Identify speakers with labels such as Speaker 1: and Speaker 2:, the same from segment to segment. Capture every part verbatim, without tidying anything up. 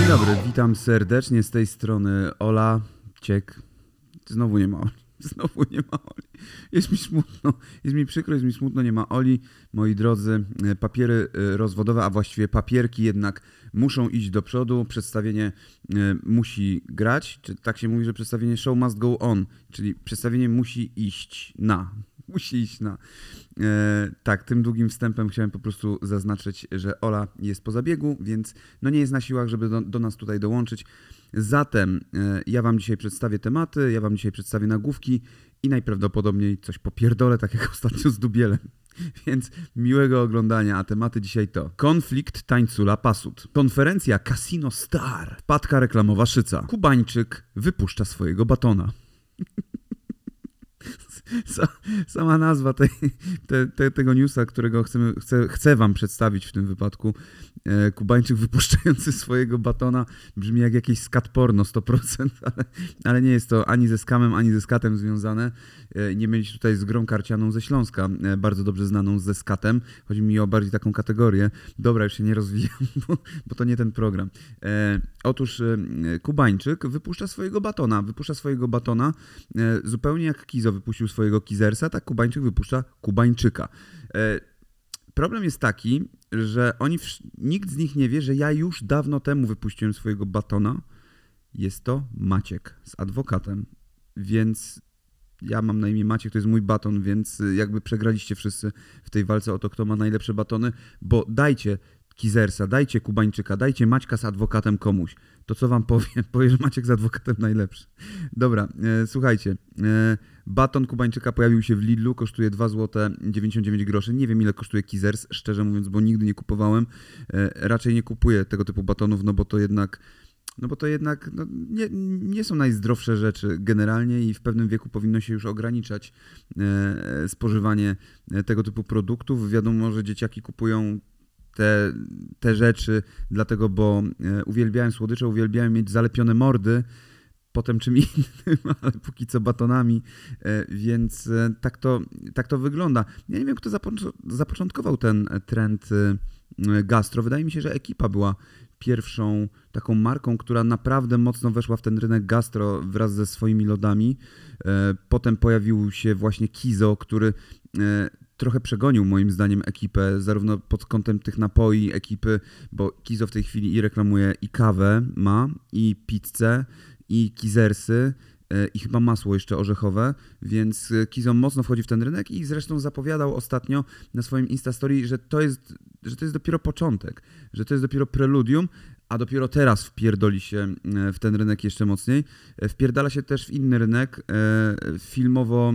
Speaker 1: dobry, witam serdecznie z tej strony Ola Ciek. Znowu nie ma Oli. Znowu nie ma Oli. Jest mi smutno, jest mi przykro, jest mi smutno, nie ma Oli. Moi drodzy, papiery rozwodowe, a właściwie papierki jednak muszą iść do przodu. Przedstawienie musi grać. Tak się mówi, że przedstawienie show must go on, czyli przedstawienie musi iść na. Musi iść na. E, tak, tym długim wstępem chciałem po prostu zaznaczyć, że Ola jest po zabiegu, więc no nie jest na siłach, żeby do, do nas tutaj dołączyć. Zatem e, ja wam dzisiaj przedstawię tematy, ja wam dzisiaj przedstawię nagłówki i najprawdopodobniej coś popierdolę, tak jak ostatnio z Dubielem. Więc miłego oglądania, a tematy dzisiaj to: konflikt tańcula Pasut, konferencja Casino Star, wpadka reklamowa Szyca, Kubańczyk wypuszcza swojego batona. Sama nazwa tej, te, te, tego newsa, którego chcemy, chcę, chcę wam przedstawić w tym wypadku, e, Kubańczyk wypuszczający swojego batona, brzmi jak jakiś skat porno sto procent, ale, ale nie jest to ani ze skamem, ani ze skatem związane. E, nie mylić tutaj z grą karcianą ze Śląska, e, bardzo dobrze znaną ze skatem. Chodzi mi o bardziej taką kategorię. Dobra, już się nie rozwijam, bo, bo to nie ten program. E, otóż e, Kubańczyk wypuszcza swojego batona, wypuszcza swojego batona, e, zupełnie jak Kizo wypuścił swojego Kizersa, tak Kubańczyk wypuszcza Kubańczyka. E, problem jest taki, że oni, nikt z nich nie wie, że ja już dawno temu wypuściłem swojego batona. Jest to Maciek z adwokatem, więc ja mam na imię Maciek, to jest mój baton, więc jakby przegraliście wszyscy w tej walce o to, kto ma najlepsze batony, bo dajcie Kizersa, dajcie Kubańczyka, dajcie Maćka z adwokatem komuś. To co wam powiem? Powiem, że Maciek z adwokatem najlepszy. Dobra, e, słuchajcie. E, baton Kubańczyka pojawił się w Lidlu, kosztuje dwa złote dziewięćdziesiąt dziewięć groszy. Nie wiem, ile kosztuje Kizers, szczerze mówiąc, bo nigdy nie kupowałem. E, raczej nie kupuję tego typu batonów, no bo to jednak... No bo to jednak no, nie, nie są najzdrowsze rzeczy generalnie i w pewnym wieku powinno się już ograniczać e, spożywanie tego typu produktów. Wiadomo, że dzieciaki kupują Te, te rzeczy, dlatego, bo e, uwielbiałem słodycze, uwielbiałem mieć zalepione mordy, potem czym innym, ale póki co batonami, e, więc e, tak, to, tak to wygląda. Ja nie wiem, kto zapo- zapoczątkował ten trend e, gastro. Wydaje mi się, że Ekipa była pierwszą taką marką, która naprawdę mocno weszła w ten rynek gastro wraz ze swoimi lodami. E, potem pojawił się właśnie Kizo, który e, trochę przegonił moim zdaniem Ekipę, zarówno pod kątem tych napoi Ekipy, bo Kizo w tej chwili i reklamuje i kawę ma, i pizzę, i Kizersy, i chyba masło jeszcze orzechowe, więc Kizo mocno wchodzi w ten rynek i zresztą zapowiadał ostatnio na swoim Instastory, że to jest, że to jest dopiero początek, że to jest dopiero preludium, a dopiero teraz wpierdoli się w ten rynek jeszcze mocniej. Wpierdala się też w inny rynek filmowo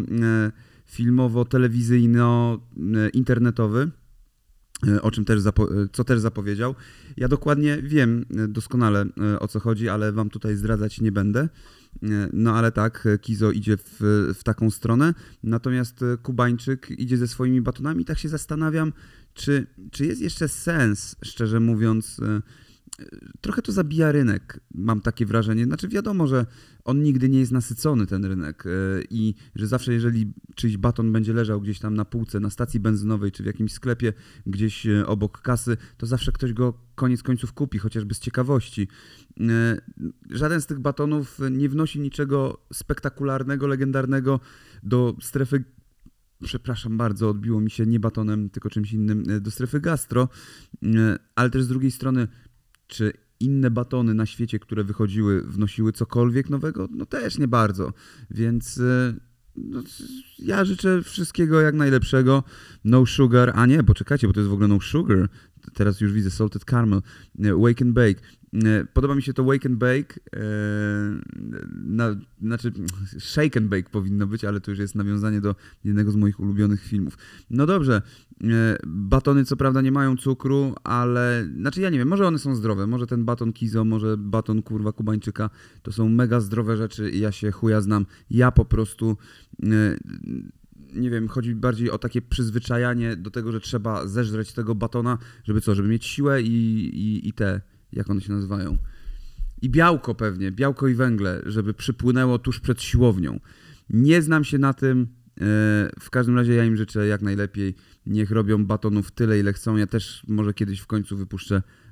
Speaker 1: filmowo-telewizyjno-internetowy, o czym też zapo- co też zapowiedział. Ja dokładnie wiem doskonale, o co chodzi, ale wam tutaj zdradzać nie będę. No ale tak, Kizo idzie w, w taką stronę, natomiast Kubańczyk idzie ze swoimi batonami i tak się zastanawiam, czy, czy jest jeszcze sens, szczerze mówiąc. Trochę to zabija rynek, mam takie wrażenie. Znaczy wiadomo, że on nigdy nie jest nasycony, ten rynek, i że zawsze jeżeli czyjś baton będzie leżał gdzieś tam na półce, na stacji benzynowej czy w jakimś sklepie gdzieś obok kasy, to zawsze ktoś go koniec końców kupi, chociażby z ciekawości. Żaden z tych batonów nie wnosi niczego spektakularnego, legendarnego do strefy, przepraszam bardzo, odbiło mi się nie batonem, tylko czymś innym, do strefy gastro, ale też z drugiej strony, czy inne batony na świecie, które wychodziły, wnosiły cokolwiek nowego? No też nie bardzo, więc no, ja życzę wszystkiego jak najlepszego. No sugar, a nie, bo czekajcie, bo to jest w ogóle no sugar. Teraz już widzę salted caramel, wake and bake. Podoba mi się to wake and bake, na, znaczy shake and bake powinno być, ale to już jest nawiązanie do jednego z moich ulubionych filmów. No dobrze, batony co prawda nie mają cukru, ale, znaczy ja nie wiem, może one są zdrowe, może ten baton Kizo, może baton kurwa Kubańczyka, to są mega zdrowe rzeczy i ja się chuja znam. Ja po prostu... Nie wiem, chodzi bardziej o takie przyzwyczajanie do tego, że trzeba zeżreć tego batona, żeby co, żeby mieć siłę i, i, i te, jak one się nazywają, i białko pewnie, białko i węgle, żeby przypłynęło tuż przed siłownią. Nie znam się na tym, w każdym razie ja im życzę jak najlepiej, niech robią batonów tyle, ile chcą. Ja też może kiedyś w końcu wypuszczę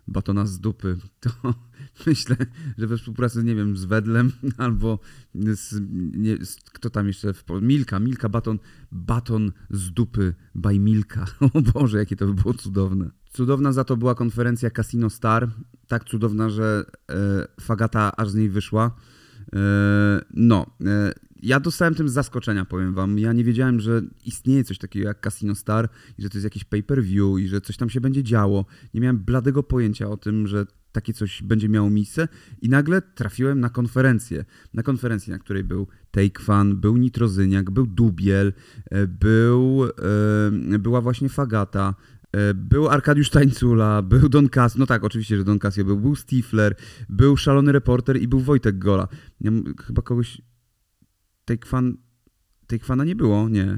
Speaker 1: batona z dupy, to myślę, że we współpracy, nie wiem, z Wedlem albo z, nie, z, kto tam jeszcze, w, Milka, Milka, baton, baton z dupy by Milka. O Boże, jakie to by było cudowne. Cudowna za to była konferencja Casino Star, tak cudowna, że e, Fagata aż z niej wyszła. E, no, e, ja dostałem tym z zaskoczenia, powiem wam. Ja nie wiedziałem, że istnieje coś takiego jak Casino Star i że to jest jakiś pay-per-view i że coś tam się będzie działo. Nie miałem bladego pojęcia o tym, że takie coś będzie miało miejsce i nagle trafiłem na konferencję. Na konferencji, na której był Take Fan, był Nitrozyniak, był Dubiel, był, e, była właśnie Fagata, e, był Arkadiusz Tańcula, był Don Casio, no tak, oczywiście, że Don Casio był, był Stifler, był Szalony Reporter i był Wojtek Gola. Ja, chyba kogoś... Take Fan... Take Fana nie było? Nie.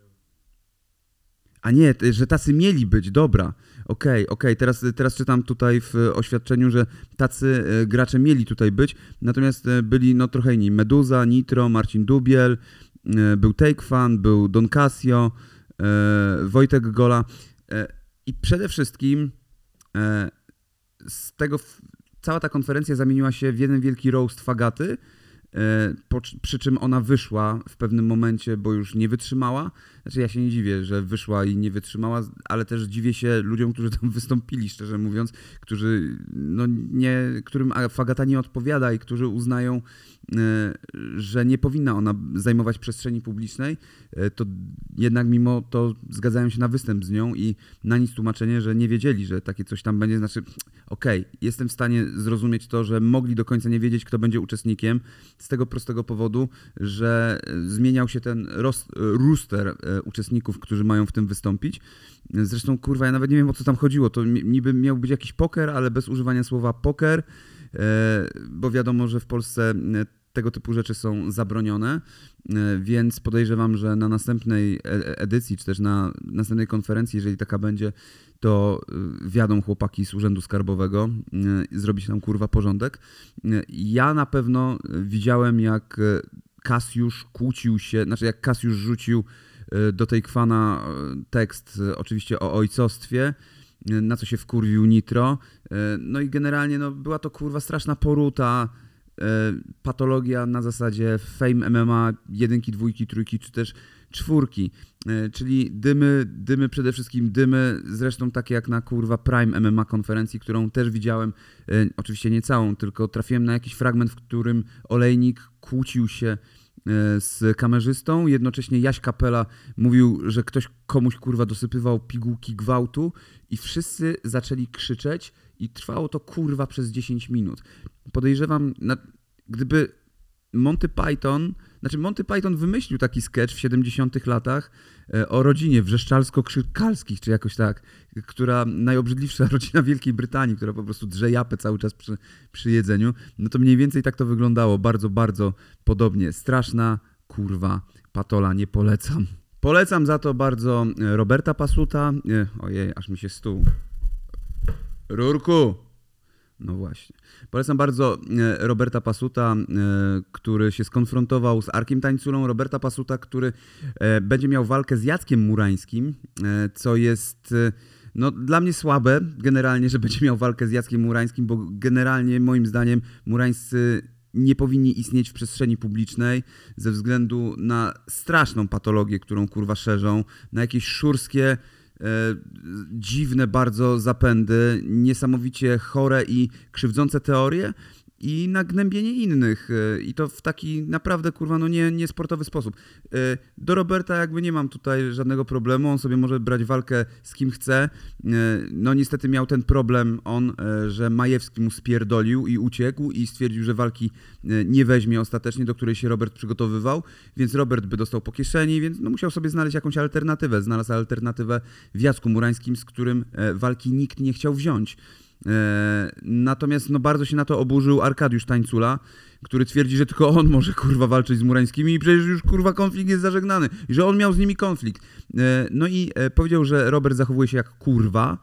Speaker 1: A nie, że tacy mieli być, dobra. Okej, okay, okej, okay. teraz, teraz czytam tutaj w oświadczeniu, że tacy gracze mieli tutaj być, natomiast byli no trochę inni. Meduza, Nitro, Marcin Dubiel, był Take Fan, był Don Casio, Wojtek Gola i przede wszystkim z tego cała ta konferencja zamieniła się w jeden wielki roast Fagaty, Po, przy czym ona wyszła w pewnym momencie, bo już nie wytrzymała. Znaczy ja się nie dziwię, że wyszła i nie wytrzymała, ale też dziwię się ludziom, którzy tam wystąpili, szczerze mówiąc, którzy, no nie, którym Fagata nie odpowiada i którzy uznają, że nie powinna ona zajmować przestrzeni publicznej, to jednak mimo to zgadzają się na występ z nią i na nic tłumaczenie, że nie wiedzieli, że takie coś tam będzie. Znaczy, okej, okay, jestem w stanie zrozumieć to, że mogli do końca nie wiedzieć, kto będzie uczestnikiem, z tego prostego powodu, że zmieniał się ten roster uczestników, którzy mają w tym wystąpić. Zresztą, kurwa, ja nawet nie wiem, o co tam chodziło. To niby miał być jakiś poker, ale bez używania słowa poker, bo wiadomo, że w Polsce tego typu rzeczy są zabronione, więc podejrzewam, że na następnej edycji, czy też na następnej konferencji, jeżeli taka będzie, to wjadą chłopaki z Urzędu Skarbowego, zrobi się tam kurwa porządek. Ja na pewno widziałem, jak Kasiusz kłócił się, znaczy jak Kasiusz rzucił do Take Fana tekst oczywiście o ojcostwie, na co się wkurwił Nitro. No i generalnie no, była to kurwa straszna poruta, patologia na zasadzie Fame M M A jedynki, dwójki, trójki czy też czwórki, czyli dymy, dymy przede wszystkim dymy, zresztą takie jak na kurwa Prime M M A konferencji, którą też widziałem, oczywiście nie całą, tylko trafiłem na jakiś fragment, w którym Olejnik kłócił się z kamerzystą, jednocześnie Jaś Kapela mówił, że ktoś komuś kurwa dosypywał pigułki gwałtu i wszyscy zaczęli krzyczeć i trwało to kurwa przez dziesięć minut. Podejrzewam, na, gdyby Monty Python, znaczy Monty Python wymyślił taki sketch w siedemdziesiątych latach o rodzinie wrzeszczalsko-krzykalskich, czy jakoś tak, która najobrzydliwsza rodzina Wielkiej Brytanii, która po prostu drze japę cały czas przy, przy jedzeniu, no to mniej więcej tak to wyglądało, bardzo, bardzo podobnie. Straszna kurwa patola, nie polecam. Polecam za to bardzo Roberta Pasuta, ojej, aż mi się stół. Rurku! No właśnie. Polecam bardzo Roberta Pasuta, który się skonfrontował z Arkiem Tańculą. Roberta Pasuta, który będzie miał walkę z Jackiem Murańskim, co jest no, dla mnie słabe generalnie, że będzie miał walkę z Jackiem Murańskim, bo generalnie moim zdaniem Murańscy nie powinni istnieć w przestrzeni publicznej ze względu na straszną patologię, którą kurwa szerzą, na jakieś szurskie, E, dziwne bardzo zapędy, niesamowicie chore i krzywdzące teorie i nagnębienie innych i to w taki naprawdę kurwa no nie, nie sportowy sposób. Do Roberta jakby nie mam tutaj żadnego problemu, on sobie może brać walkę z kim chce. No niestety miał ten problem on, że Majewski mu spierdolił i uciekł i stwierdził, że walki nie weźmie ostatecznie, do której się Robert przygotowywał, więc Robert by dostał po kieszeni, więc no musiał sobie znaleźć jakąś alternatywę. Znalazł alternatywę w Jacku Murańskim, z którym walki nikt nie chciał wziąć. Natomiast no bardzo się na to oburzył Arkadiusz Tańcula, który twierdzi, że tylko on może kurwa walczyć z Murańskimi i przecież już kurwa konflikt jest zażegnany i że on miał z nimi konflikt. No i powiedział, że Robert zachowuje się jak kurwa.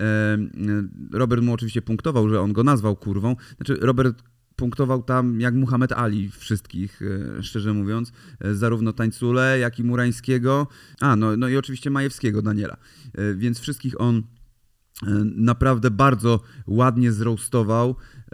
Speaker 1: Robert mu oczywiście punktował, że on go nazwał kurwą. Znaczy Robert punktował tam jak Muhammad Ali wszystkich, szczerze mówiąc, zarówno Tańculę, jak i Murańskiego, a no, no i oczywiście Majewskiego Daniela, więc wszystkich on naprawdę bardzo ładnie zroastował.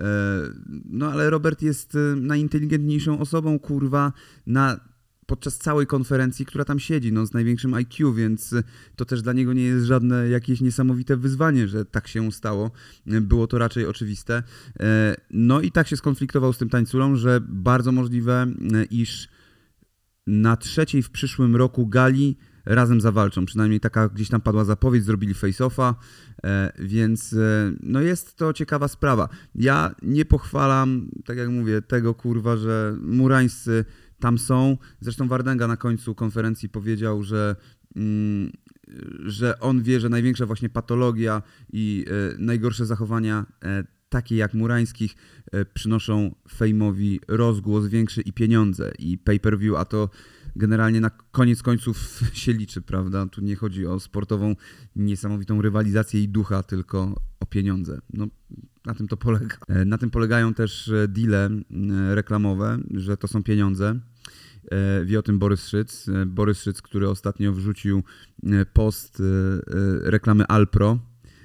Speaker 1: No ale Robert jest najinteligentniejszą osobą, kurwa, na, podczas całej konferencji, która tam siedzi, no z największym I Q, więc to też dla niego nie jest żadne jakieś niesamowite wyzwanie, że tak się stało. Było to raczej oczywiste. No i tak się skonfliktował z tym tańculą, że bardzo możliwe, iż na trzeciej w przyszłym roku gali razem zawalczą. Przynajmniej taka gdzieś tam padła zapowiedź, zrobili face-offa, więc no jest to ciekawa sprawa. Ja nie pochwalam, tak jak mówię, tego kurwa, że murańscy tam są. Zresztą Wardęga na końcu konferencji powiedział, że, mm, że on wie, że największa właśnie patologia i e, najgorsze zachowania e, takie jak Murańskich e, przynoszą fejmowi rozgłos większy i pieniądze i pay-per-view, a to generalnie na koniec końców się liczy, prawda? Tu nie chodzi o sportową, niesamowitą rywalizację i ducha, tylko o pieniądze. No, na tym to polega. Na tym polegają też deale reklamowe, że to są pieniądze. Wie o tym Borys Szyc. Borys Szyc, który ostatnio wrzucił post reklamy Alpro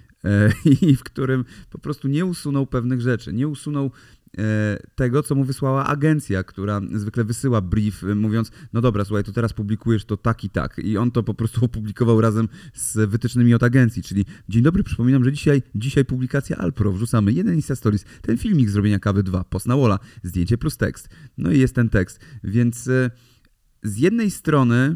Speaker 1: i w którym po prostu nie usunął pewnych rzeczy. Nie usunął tego, co mu wysłała agencja, która zwykle wysyła brief, mówiąc, no dobra, słuchaj, to teraz publikujesz to tak i tak. I on to po prostu opublikował razem z wytycznymi od agencji, czyli dzień dobry, przypominam, że dzisiaj, dzisiaj publikacja Alpro, wrzucamy jeden Insta Stories, ten filmik zrobienia kawy dwa, post na Wola, zdjęcie plus tekst. No i jest ten tekst. Więc z jednej strony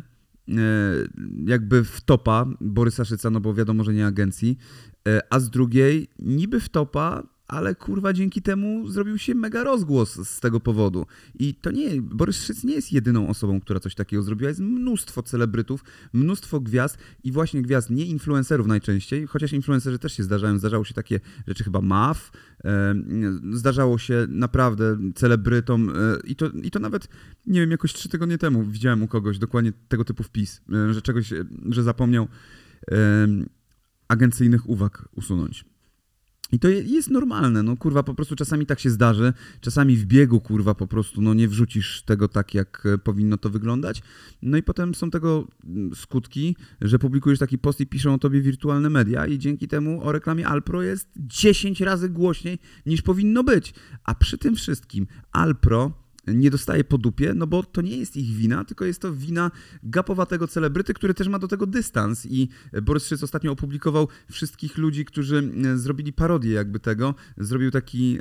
Speaker 1: jakby w topa Borysa Szyca, no bo wiadomo, że nie agencji, a z drugiej niby w topa, ale kurwa dzięki temu zrobił się mega rozgłos z tego powodu. I to nie, Borys Szyc nie jest jedyną osobą, która coś takiego zrobiła. Jest mnóstwo celebrytów, mnóstwo gwiazd i właśnie gwiazd, nie influencerów najczęściej, chociaż influencerzy też się zdarzają. Zdarzało się takie rzeczy chyba M A F, e, zdarzało się naprawdę celebrytom e, i, to, i to nawet, nie wiem, jakoś trzy tygodnie temu widziałem u kogoś dokładnie tego typu wpis, e, że czegoś, że zapomniał e, agencyjnych uwag usunąć. I to jest normalne, no kurwa, po prostu czasami tak się zdarzy, czasami w biegu, kurwa, po prostu no nie wrzucisz tego tak, jak powinno to wyglądać, no i potem są tego skutki, że publikujesz taki post i piszą o tobie wirtualne media i dzięki temu o reklamie Alpro jest dziesięć razy głośniej niż powinno być, a przy tym wszystkim Alpro nie dostaje po dupie, no bo to nie jest ich wina, tylko jest to wina gapowatego celebryty, który też ma do tego dystans i Borys Szyc ostatnio opublikował wszystkich ludzi, którzy zrobili parodię jakby tego, zrobił taki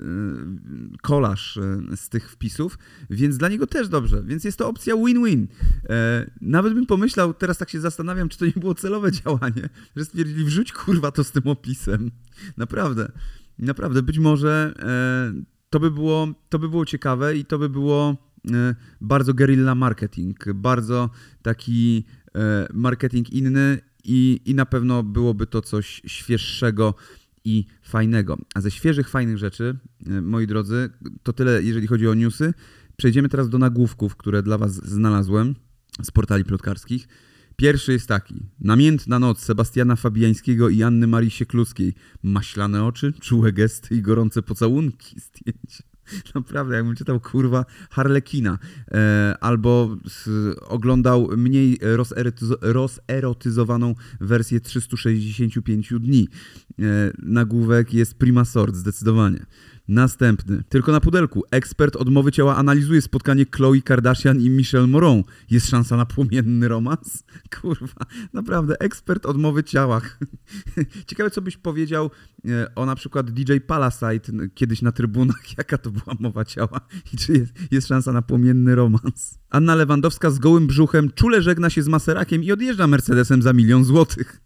Speaker 1: kolaż z tych wpisów, więc dla niego też dobrze, więc jest to opcja win-win. Nawet bym pomyślał, teraz tak się zastanawiam, czy to nie było celowe działanie, że stwierdzili, wrzuć kurwa to z tym opisem. Naprawdę, naprawdę, być może To by, było, to by było ciekawe i to by było e, bardzo guerrilla marketing, bardzo taki e, marketing inny i, i na pewno byłoby to coś świeższego i fajnego. A ze świeżych, fajnych rzeczy, e, moi drodzy, to tyle, jeżeli chodzi o newsy. Przejdziemy teraz do nagłówków, które dla was znalazłem z portali plotkarskich. Pierwszy jest taki. Namiętna noc Sebastiana Fabiańskiego i Anny Marii Siekluckiej. Maślane oczy, czułe gesty i gorące pocałunki. Zdjęcia. Naprawdę, jakbym czytał, kurwa, Harlekina. E, albo s, oglądał mniej rozerotyzo- rozerotyzowaną wersję trzystu sześćdziesięciu pięciu dni. E, nagłówek jest prima sort, zdecydowanie. Następny. Tylko na pudelku. Ekspert odmowy ciała analizuje spotkanie Khloe Kardashian i Michelle Moron. Jest szansa na płomienny romans? Kurwa, naprawdę, ekspert odmowy ciała. Ciekawe, co byś powiedział o na przykład D J Palasite kiedyś na trybunach. Jaka to była mowa ciała i czy jest, jest szansa na płomienny romans? Anna Lewandowska z gołym brzuchem czule żegna się z Maserakiem i odjeżdża Mercedesem za milion złotych.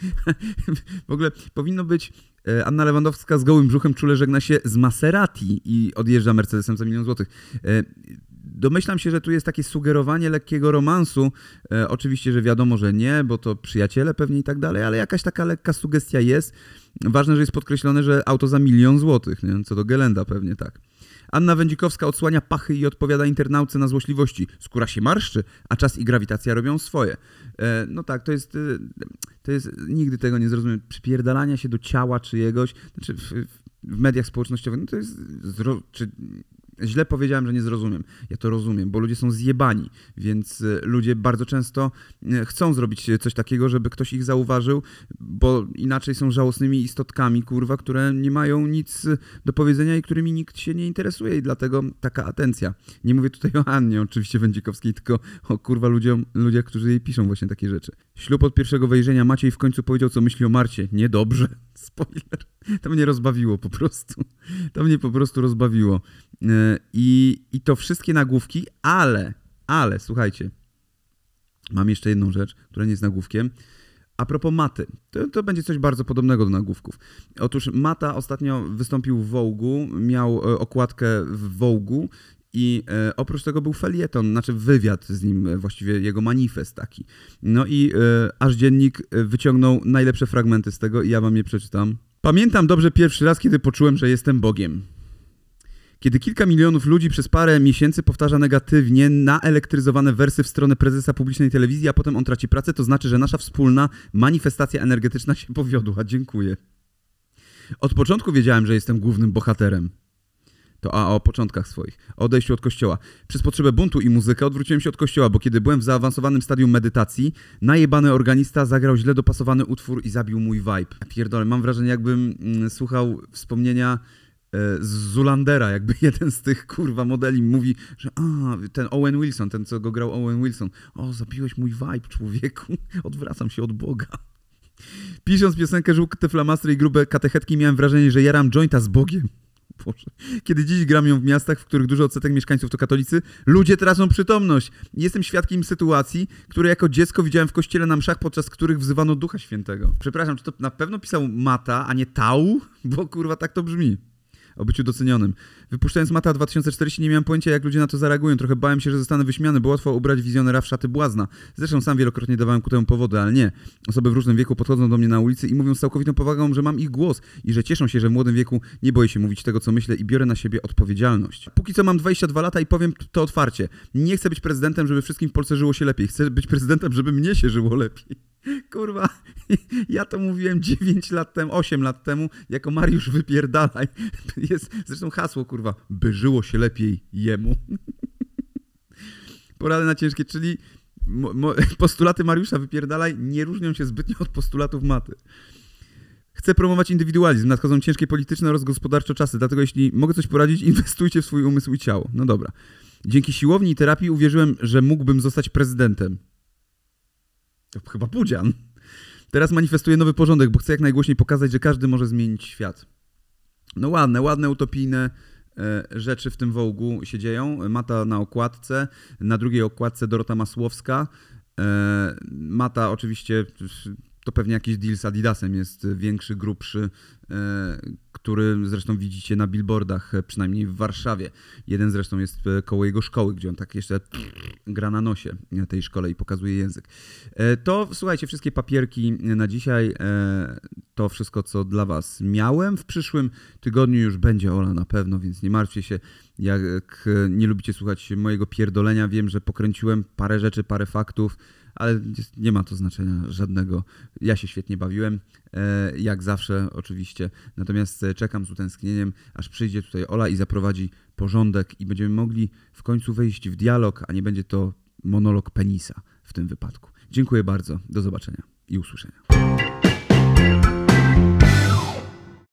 Speaker 1: W ogóle powinno być Anna Lewandowska z gołym brzuchem czule żegna się z Maserati i odjeżdża Mercedesem za milion złotych. Domyślam się, że tu jest takie sugerowanie lekkiego romansu. E, oczywiście, że wiadomo, że nie, bo to przyjaciele pewnie i tak dalej, ale jakaś taka lekka sugestia jest. Ważne, że jest podkreślone, że auto za milion złotych, nie? Co do Gelenda pewnie tak. Anna Wędzikowska odsłania pachy i odpowiada internauce na złośliwości. Skóra się marszczy, a czas i grawitacja robią swoje. E, no tak, to jest, to jest, nigdy tego nie zrozumiem, przypierdalania się do ciała czyjegoś, znaczy w, w mediach społecznościowych, no to jest, zro, czy, Źle powiedziałem, że nie zrozumiem. Ja to rozumiem, bo ludzie są zjebani, więc ludzie bardzo często chcą zrobić coś takiego, żeby ktoś ich zauważył, bo inaczej są żałosnymi istotkami, kurwa, które nie mają nic do powiedzenia i którymi nikt się nie interesuje i dlatego taka atencja. Nie mówię tutaj o Annie oczywiście Wędzikowskiej, tylko o kurwa ludziom, ludziach, którzy jej piszą właśnie takie rzeczy. Ślub od pierwszego wejrzenia. Maciej w końcu powiedział, co myśli o Marcie. Niedobrze. Spoiler. To mnie rozbawiło po prostu. To mnie po prostu rozbawiło. I, i to wszystkie nagłówki, ale, ale, słuchajcie, mam jeszcze jedną rzecz, która nie jest nagłówkiem. A propos Maty, to, to będzie coś bardzo podobnego do nagłówków. Otóż Mata ostatnio wystąpił w Vogue'u, miał okładkę w Vogue'u i e, oprócz tego był felieton, znaczy wywiad z nim, właściwie jego manifest taki. No i e, aż dziennik wyciągnął najlepsze fragmenty z tego i ja wam je przeczytam. Pamiętam dobrze pierwszy raz, kiedy poczułem, że jestem Bogiem. Kiedy kilka milionów ludzi przez parę miesięcy powtarza negatywnie naelektryzowane wersy w stronę prezesa publicznej telewizji, a potem on traci pracę, to znaczy, że nasza wspólna manifestacja energetyczna się powiodła. Dziękuję. Od początku wiedziałem, że jestem głównym bohaterem. To a o początkach swoich. O odejściu od kościoła. Przez potrzebę buntu i muzykę odwróciłem się od kościoła, bo kiedy byłem w zaawansowanym stadium medytacji, najebany organista zagrał źle dopasowany utwór i zabił mój vibe. Ja pierdolę, mam wrażenie, jakbym mm, słuchał wspomnienia z Zulandera, jakby jeden z tych kurwa modeli mówi, że a, ten Owen Wilson, ten co go grał Owen Wilson, o, zabiłeś mój vibe, człowieku, odwracam się od Boga. Pisząc piosenkę Żółte flamastry i grube katechetki, miałem wrażenie, że jaram jointa z Bogiem. Boże. Kiedy dziś gram ją w miastach, w których dużo odsetek mieszkańców to katolicy, ludzie tracą przytomność. Jestem świadkiem sytuacji, które jako dziecko widziałem w kościele na mszach, podczas których wzywano Ducha Świętego. Przepraszam, czy to na pewno pisał Mata, a nie Tau? Bo kurwa tak to brzmi. O byciu docenionym. Wypuszczając Mata dwa tysiące czterdzieści nie miałem pojęcia, jak ludzie na to zareagują. Trochę bałem się, że zostanę wyśmiany, bo łatwo ubrać wizjonera w szaty błazna. Zresztą sam wielokrotnie dawałem ku temu powody, ale nie. Osoby w różnym wieku podchodzą do mnie na ulicy i mówią z całkowitą powagą, że mam ich głos i że cieszą się, że w młodym wieku nie boję się mówić tego, co myślę i biorę na siebie odpowiedzialność. Póki co mam dwadzieścia dwa lata i powiem to otwarcie. Nie chcę być prezydentem, żeby wszystkim w Polsce żyło się lepiej. Chcę być prezydentem, żeby mnie się żyło lepiej. Kurwa, ja to mówiłem dziewięć lat temu, osiem lat temu, jako Mariusz wypierdalaj. Jest zresztą hasło, kurwa, by żyło się lepiej jemu. Porady na ciężkie, czyli mo, mo, postulaty Mariusza wypierdalaj nie różnią się zbytnio od postulatów Maty. Chcę promować indywidualizm, nadchodzą ciężkie polityczne oraz gospodarczo czasy, dlatego jeśli mogę coś poradzić, inwestujcie w swój umysł i ciało. No dobra. Dzięki siłowni i terapii uwierzyłem, że mógłbym zostać prezydentem. To chyba Pudzian. Teraz manifestuję nowy porządek, bo chcę jak najgłośniej pokazać, że każdy może zmienić świat. No ładne, ładne, utopijne e, rzeczy w tym Vogue'u się dzieją. Mata na okładce, na drugiej okładce Dorota Masłowska. E, Mata oczywiście, to pewnie jakiś deal z Adidasem jest większy, grubszy, e, który zresztą widzicie na billboardach, przynajmniej w Warszawie. Jeden zresztą jest koło jego szkoły, gdzie on tak jeszcze gra na nosie na tej szkole i pokazuje język. To, słuchajcie, wszystkie papierki na dzisiaj, to wszystko, co dla was miałem. W przyszłym tygodniu już będzie Ola na pewno, więc nie martwcie się, jak nie lubicie słuchać mojego pierdolenia. Wiem, że pokręciłem parę rzeczy, parę faktów, ale nie ma to znaczenia żadnego. Ja się świetnie bawiłem, jak zawsze oczywiście. Natomiast czekam z utęsknieniem, aż przyjdzie tutaj Ola i zaprowadzi porządek i będziemy mogli w końcu wejść w dialog, a nie będzie to monolog penisa w tym wypadku. Dziękuję bardzo, do zobaczenia i usłyszenia.